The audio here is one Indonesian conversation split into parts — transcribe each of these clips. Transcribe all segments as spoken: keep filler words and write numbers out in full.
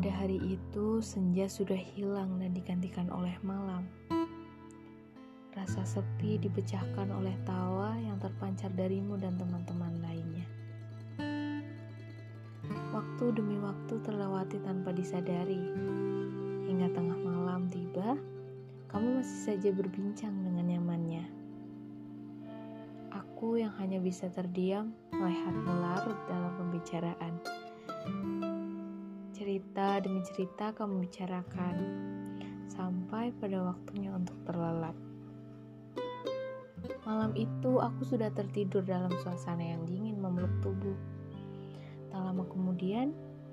Pada hari itu, senja sudah hilang dan digantikan oleh malam. Rasa sepi dipecahkan oleh tawa yang terpancar darimu dan teman-teman lainnya. Waktu demi waktu terlewati tanpa disadari. Hingga tengah malam tiba, kamu masih saja berbincang dengan nyamannya. Aku yang hanya bisa terdiam melihatmu larut dalam pembicaraan. Cerita demi cerita kamu bicarakan, sampai pada waktunya untuk terlelap. Malam itu aku sudah tertidur dalam suasana yang dingin memeluk tubuh. Tak lama kemudian,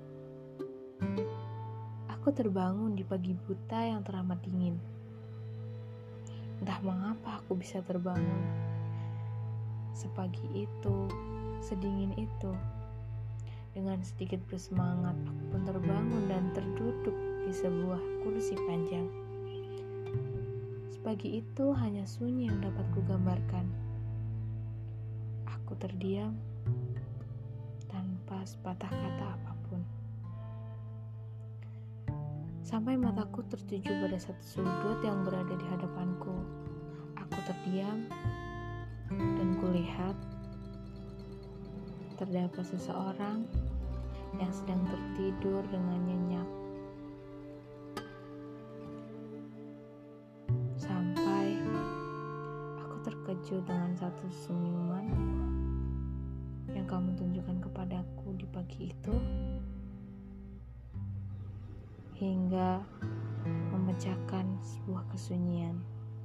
aku terbangun di pagi buta yang teramat dingin. Entah mengapa aku bisa terbangun sepagi itu, sedingin itu. Dengan sedikit bersemangat, aku pun terbangun dan terduduk di sebuah kursi panjang. Sepagi itu hanya sunyi yang dapat kugambarkan. Aku terdiam tanpa sepatah kata apapun. Sampai mataku tertuju pada satu sudut yang berada di hadapanku. Aku terdiam dan kulihat terdapat seseorang yang sedang tertidur dengan nyenyak. Sampai aku terkejut dengan satu senyuman yang kamu tunjukkan kepadaku di pagi itu, hingga memecahkan sebuah kesunyian.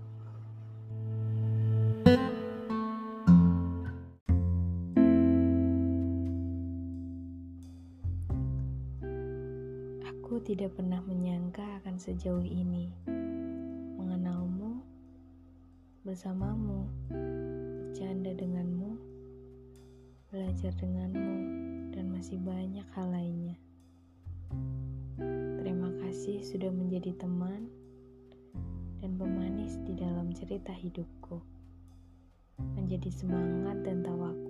Aku tidak pernah menyangka akan sejauh ini mengenalmu, bersamamu, bercanda denganmu, belajar denganmu, dan masih banyak hal lainnya. Terima kasih sudah menjadi teman dan pemanis di dalam cerita hidupku, menjadi semangat dan tawaku